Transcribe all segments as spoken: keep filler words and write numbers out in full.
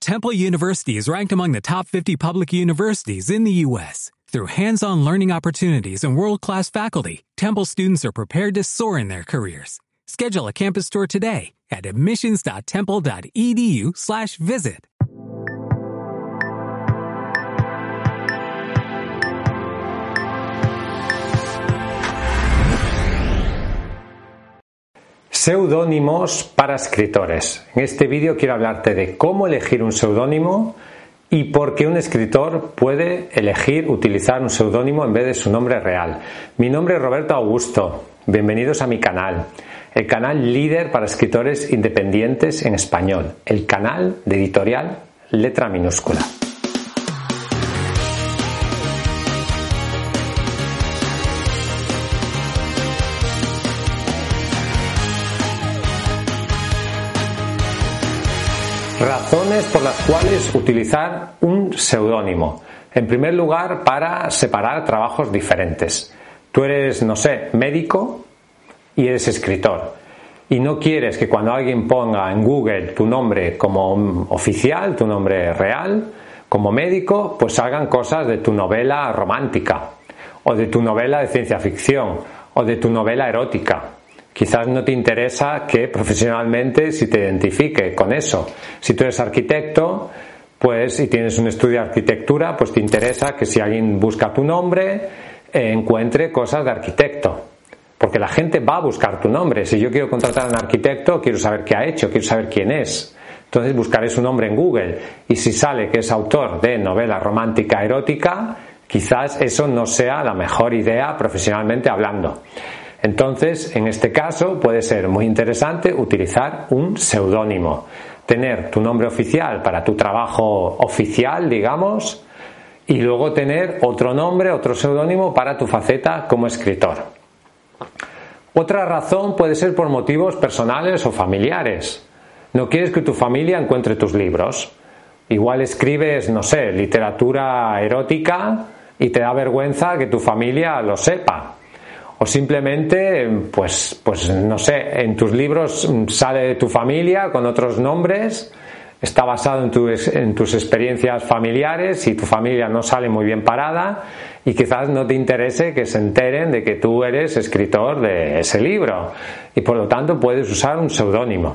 Temple University is ranked among the top fifty public universities in the U S Through hands-on learning opportunities and world-class faculty, Temple students are prepared to soar in their careers. Schedule a campus tour today at admissions.temple.edu slash visit. Seudónimos para escritores. En este vídeo quiero hablarte de cómo elegir un seudónimo y por qué un escritor puede elegir utilizar un seudónimo en vez de su nombre real. Mi nombre es Roberto Augusto. Bienvenidos a mi canal, el canal líder para escritores independientes en español, el canal de editorial Letra Minúscula. Razones por las cuales utilizar un seudónimo. En primer lugar, para separar trabajos diferentes. Tú eres, no sé, médico y eres escritor. Y no quieres que cuando alguien ponga en Google tu nombre como oficial, tu nombre real, como médico, pues salgan cosas de tu novela romántica, o de tu novela de ciencia ficción, o de tu novela erótica. Quizás no te interesa que profesionalmente si te identifique con eso. Si tú eres arquitecto, pues y tienes un estudio de arquitectura, pues te interesa que si alguien busca tu nombre, eh, encuentre cosas de arquitecto. Porque la gente va a buscar tu nombre. Si yo quiero contratar a un arquitecto, quiero saber qué ha hecho, quiero saber quién es. Entonces buscaré su nombre en Google. Y si sale que es autor de novela romántica erótica, quizás eso no sea la mejor idea profesionalmente hablando. Entonces, en este caso, puede ser muy interesante utilizar un seudónimo. Tener tu nombre oficial para tu trabajo oficial, digamos, y luego tener otro nombre, otro seudónimo para tu faceta como escritor. Otra razón puede ser por motivos personales o familiares. No quieres que tu familia encuentre tus libros. Igual escribes, no sé, literatura erótica y te da vergüenza que tu familia lo sepa. O simplemente, pues, pues no sé, en tus libros sale tu familia con otros nombres, está basado en, tu, en tus experiencias familiares y tu familia no sale muy bien parada y quizás no te interese que se enteren de que tú eres escritor de ese libro y por lo tanto puedes usar un seudónimo.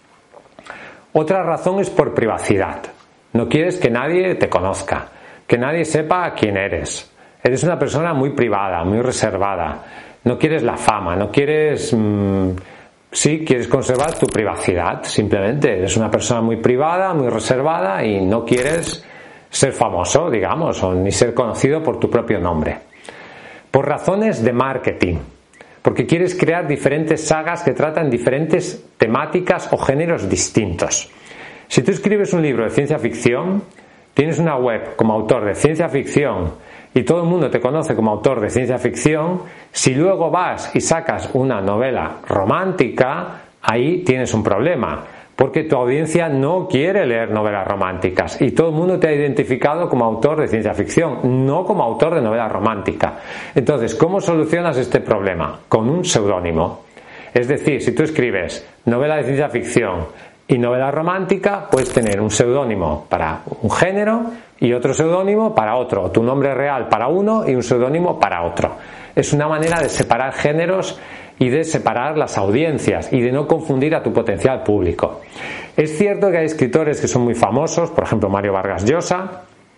Otra razón es por privacidad. No quieres que nadie te conozca, que nadie sepa quién eres. Eres una persona muy privada, muy reservada. No quieres la fama, no quieres... Mmm, sí, quieres conservar tu privacidad, simplemente. Eres una persona muy privada, muy reservada y no quieres ser famoso, digamos, o ni ser conocido por tu propio nombre. Por razones de marketing, porque quieres crear diferentes sagas que tratan diferentes temáticas o géneros distintos. Si tú escribes un libro de ciencia ficción, tienes una web como autor de ciencia ficción y todo el mundo te conoce como autor de ciencia ficción, si luego vas y sacas una novela romántica, ahí tienes un problema, porque tu audiencia no quiere leer novelas románticas y todo el mundo te ha identificado como autor de ciencia ficción, no como autor de novela romántica. Entonces, ¿cómo solucionas este problema? Con un seudónimo. Es decir, si tú escribes novela de ciencia ficción y novela romántica, puedes tener un seudónimo para un género y otro seudónimo para otro, tu nombre real para uno y un seudónimo para otro. Es una manera de separar géneros y de separar las audiencias y de no confundir a tu potencial público. Es cierto que hay escritores que son muy famosos, por ejemplo Mario Vargas Llosa,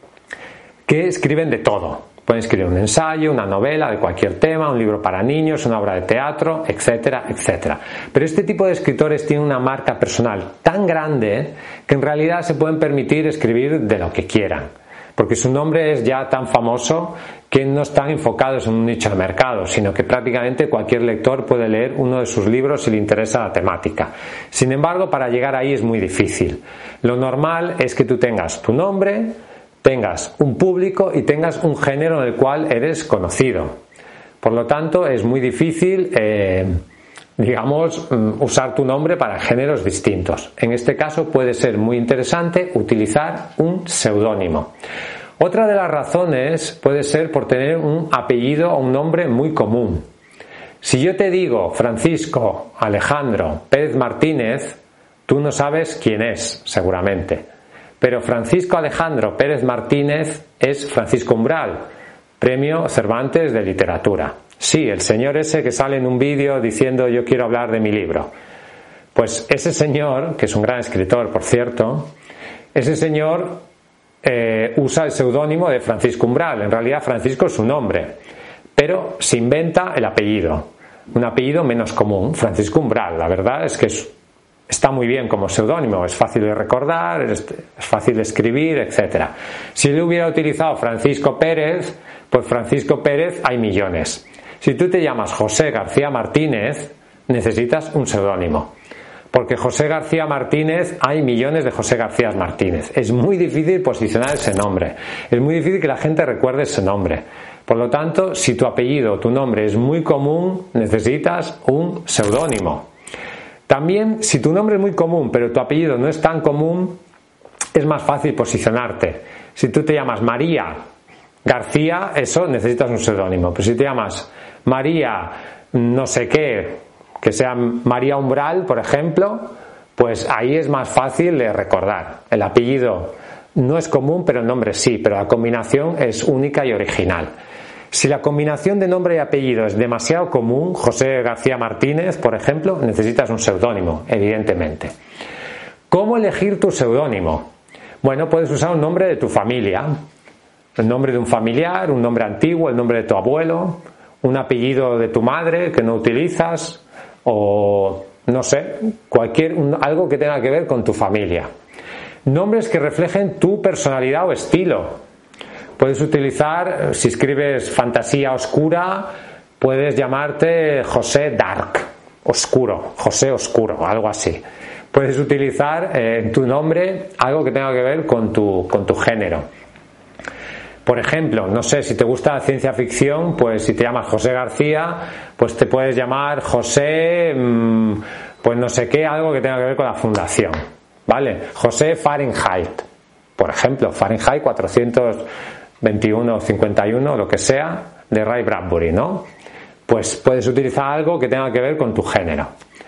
que escriben de todo. Pueden escribir un ensayo, una novela de cualquier tema, un libro para niños, una obra de teatro, etcétera, etcétera. Pero este tipo de escritores tienen una marca personal tan grande que en realidad se pueden permitir escribir de lo que quieran, porque su nombre es ya tan famoso que no están enfocados en un nicho de mercado, sino que prácticamente cualquier lector puede leer uno de sus libros si le interesa la temática. Sin embargo, para llegar ahí es muy difícil. Lo normal es que tú tengas tu nombre, tengas un público y tengas un género en el cual eres conocido. Por lo tanto, es muy difícil, eh, digamos, usar tu nombre para géneros distintos. En este caso puede ser muy interesante utilizar un seudónimo. Otra de las razones puede ser por tener un apellido o un nombre muy común. Si yo te digo Francisco Alejandro Pérez Martínez, tú no sabes quién es, seguramente. pero Francisco Alejandro Pérez Martínez es Francisco Umbral, Premio Cervantes de Literatura. Sí, el señor ese que sale en un vídeo diciendo yo quiero hablar de mi libro. Pues ese señor, que es un gran escritor, por cierto, ese señor eh, usa el seudónimo de Francisco Umbral. En realidad Francisco es su nombre, pero se inventa el apellido, un apellido menos común, Francisco Umbral. La verdad es que es, está muy bien como seudónimo, es fácil de recordar, es, es fácil de escribir, etcétera. Si él hubiera utilizado Francisco Pérez, pues Francisco Pérez hay millones. Si tú te llamas José García Martínez, necesitas un seudónimo. Porque José García Martínez, hay millones de José García Martínez. Es muy difícil posicionar ese nombre. Es muy difícil que la gente recuerde ese nombre. Por lo tanto, si tu apellido o tu nombre es muy común, necesitas un seudónimo. También, si tu nombre es muy común, pero tu apellido no es tan común, es más fácil posicionarte. Si tú te llamas María García, eso necesitas un seudónimo. Pero si te llamas María no sé qué, que sea María Umbral, por ejemplo, pues ahí es más fácil de recordar. El apellido no es común, pero el nombre sí, pero la combinación es única y original. Si la combinación de nombre y apellido es demasiado común, José García Martínez, por ejemplo, necesitas un seudónimo, evidentemente. ¿Cómo elegir tu seudónimo? Bueno, puedes usar un nombre de tu familia, el nombre de un familiar, un nombre antiguo, el nombre de tu abuelo, un apellido de tu madre que no utilizas, o no sé, cualquier algo que tenga que ver con tu familia. Nombres que reflejen tu personalidad o estilo. Puedes utilizar, si escribes fantasía oscura, puedes llamarte José Dark, oscuro, José Oscuro, algo así. Puedes utilizar en eh, tu nombre algo que tenga que ver con tu, con tu género. Por ejemplo, no sé, si te gusta la ciencia ficción, pues si te llamas José García, pues te puedes llamar José, mmm, pues no sé qué, algo que tenga que ver con la fundación, ¿vale? José Fahrenheit, por ejemplo, Fahrenheit cuatrocientos veintiuno o cincuenta y uno, lo que sea, de Ray Bradbury, ¿no? Pues puedes utilizar algo que tenga que ver con tu género.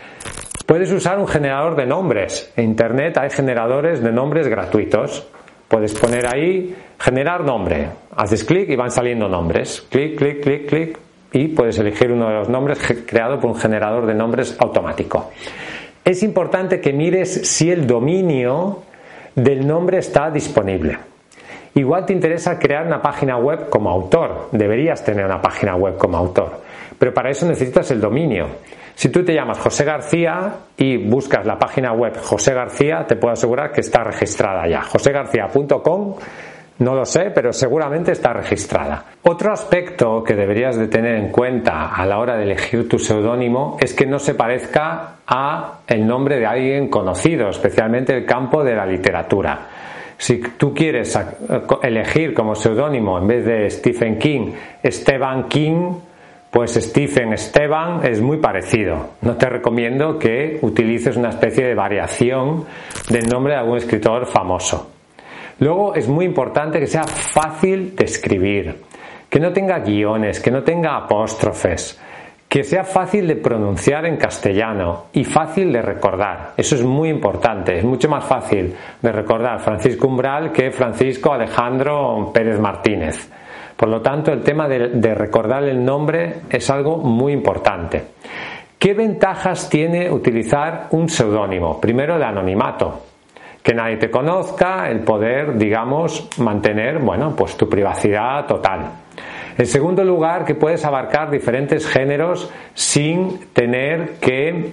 Puedes usar un generador de nombres. En Internet hay generadores de nombres gratuitos. Puedes poner ahí, generar nombre. Haces clic y van saliendo nombres. Clic, clic, clic, clic. Y puedes elegir uno de los nombres creado por un generador de nombres automático. Es importante que mires si el dominio del nombre está disponible. Igual te interesa crear una página web como autor. Deberías tener una página web como autor. Pero para eso necesitas el dominio. Si tú te llamas José García y buscas la página web José García, te puedo asegurar que está registrada ya. josé garcía punto com, no lo sé, pero seguramente está registrada. Otro aspecto que deberías de tener en cuenta a la hora de elegir tu seudónimo es que no se parezca a el nombre de alguien conocido, especialmente en el campo de la literatura. Si tú quieres elegir como seudónimo, en vez de Stephen King, Stephen King, pues Stephen Esteban es muy parecido. No te recomiendo que utilices una especie de variación del nombre de algún escritor famoso. Luego es muy importante que sea fácil de escribir, que no tenga guiones, que no tenga apóstrofes, que sea fácil de pronunciar en castellano y fácil de recordar. Eso es muy importante. Es mucho más fácil de recordar Francisco Umbral que Francisco Alejandro Pérez Martínez. Por lo tanto, el tema de, de recordar el nombre es algo muy importante. ¿Qué ventajas tiene utilizar un seudónimo? Primero, el anonimato. Que nadie te conozca, el poder, digamos, mantener, bueno, pues tu privacidad total. En segundo lugar, que puedes abarcar diferentes géneros sin tener que,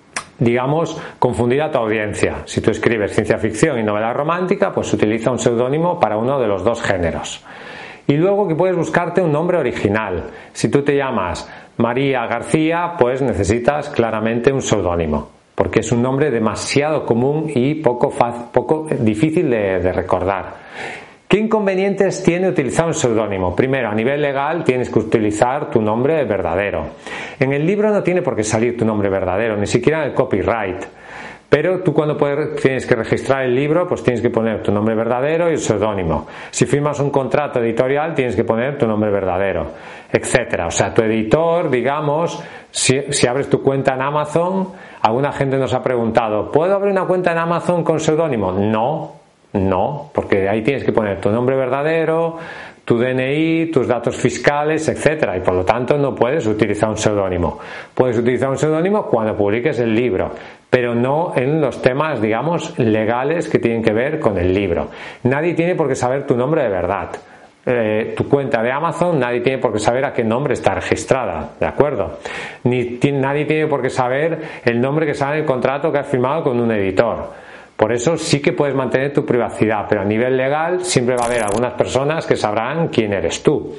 digamos, confundir a tu audiencia. Si tú escribes ciencia ficción y novela romántica, pues utiliza un seudónimo para uno de los dos géneros. Y luego que puedes buscarte un nombre original. Si tú te llamas María García, pues necesitas claramente un seudónimo, porque es un nombre demasiado común y poco, poco difícil de, de recordar. ¿Qué inconvenientes tiene utilizar un seudónimo? Primero, a nivel legal tienes que utilizar tu nombre verdadero. En el libro no tiene por qué salir tu nombre verdadero, ni siquiera en el copyright. Pero tú cuando puedes, tienes que registrar el libro, pues tienes que poner tu nombre verdadero y el seudónimo. Si firmas un contrato editorial, tienes que poner tu nombre verdadero, etcétera. O sea, tu editor, digamos, si, si abres tu cuenta en Amazon, alguna gente nos ha preguntado, ¿puedo abrir una cuenta en Amazon con seudónimo? No, No, porque ahí tienes que poner tu nombre verdadero, tu D N I, tus datos fiscales, etcétera, y por lo tanto no puedes utilizar un seudónimo. Puedes utilizar un seudónimo cuando publiques el libro, pero no en los temas, digamos, legales que tienen que ver con el libro. Nadie tiene por qué saber tu nombre de verdad. Eh, tu cuenta de Amazon, nadie tiene por qué saber a qué nombre está registrada, ¿de acuerdo? Ni nadie tiene por qué saber el nombre que sale en el contrato que has firmado con un editor. Por eso sí que puedes mantener tu privacidad, pero a nivel legal siempre va a haber algunas personas que sabrán quién eres tú.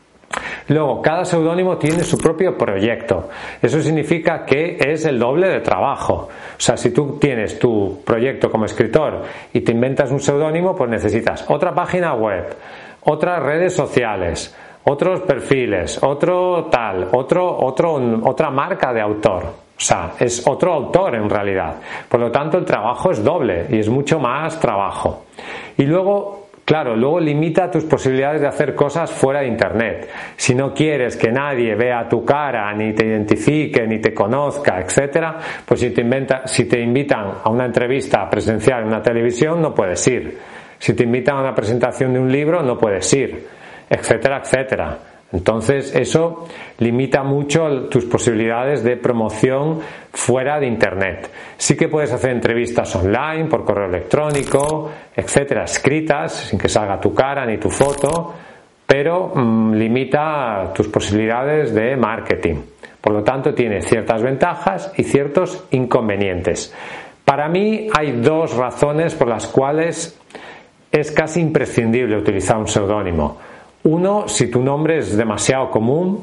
Luego, cada seudónimo tiene su propio proyecto. Eso significa que es el doble de trabajo. O sea, si tú tienes tu proyecto como escritor y te inventas un seudónimo, pues necesitas otra página web, otras redes sociales, otros perfiles, otro tal, otro, otro, otra marca de autor. O sea, es otro autor en realidad. Por lo tanto, el trabajo es doble y es mucho más trabajo. Y luego, claro, luego limita tus posibilidades de hacer cosas fuera de Internet. Si no quieres que nadie vea tu cara, ni te identifique, ni te conozca, etcétera, pues si te, inventa, si te invitan a una entrevista presencial en una televisión, no puedes ir. Si te invitan a una presentación de un libro, no puedes ir, etcétera, etcétera. Entonces eso limita mucho tus posibilidades de promoción fuera de Internet. Sí que puedes hacer entrevistas online, por correo electrónico, etcétera, escritas, sin que salga tu cara ni tu foto, pero mmm, limita tus posibilidades de marketing. Por lo tanto, tiene ciertas ventajas y ciertos inconvenientes. Para mí hay dos razones por las cuales es casi imprescindible utilizar un seudónimo. Uno, si tu nombre es demasiado común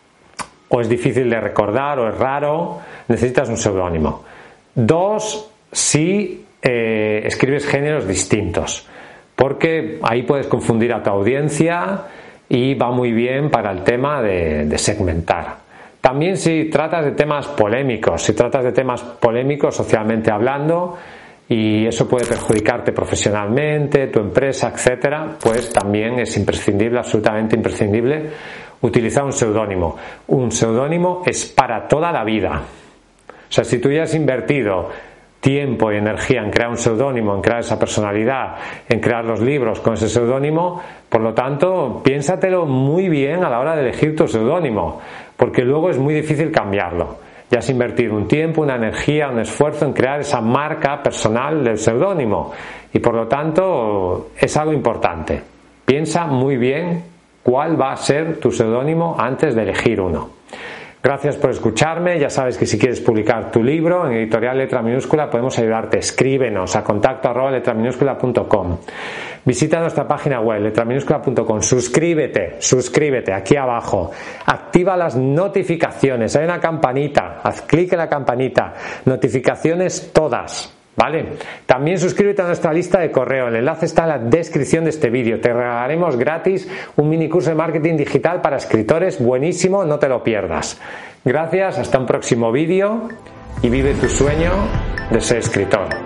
o es difícil de recordar o es raro, necesitas un seudónimo. Dos, si eh, escribes géneros distintos, porque ahí puedes confundir a tu audiencia y va muy bien para el tema de, de segmentar. También si tratas de temas polémicos, si tratas de temas polémicos socialmente hablando, y eso puede perjudicarte profesionalmente, tu empresa, etcétera, pues también es imprescindible, absolutamente imprescindible, utilizar un seudónimo. Un seudónimo es para toda la vida. O sea, si tú ya has invertido tiempo y energía en crear un seudónimo, en crear esa personalidad, en crear los libros con ese seudónimo, por lo tanto, piénsatelo muy bien a la hora de elegir tu seudónimo, porque luego es muy difícil cambiarlo. Ya has invertido un tiempo, una energía, un esfuerzo en crear esa marca personal del seudónimo y por lo tanto es algo importante. Piensa muy bien cuál va a ser tu seudónimo antes de elegir uno. Gracias por escucharme. Ya sabes que si quieres publicar tu libro en Editorial Letra Minúscula podemos ayudarte. Escríbenos a contacto arroba letra minúscula punto com. Visita nuestra página web letra minúscula punto com. Suscríbete, suscríbete aquí abajo. Activa las notificaciones. Hay una campanita. Haz clic en la campanita. Notificaciones todas. ¿Vale? También suscríbete a nuestra lista de correo. El enlace está en la descripción de este vídeo. Te regalaremos gratis un mini curso de marketing digital para escritores buenísimo, no te lo pierdas. Gracias, hasta un próximo vídeo y vive tu sueño de ser escritor.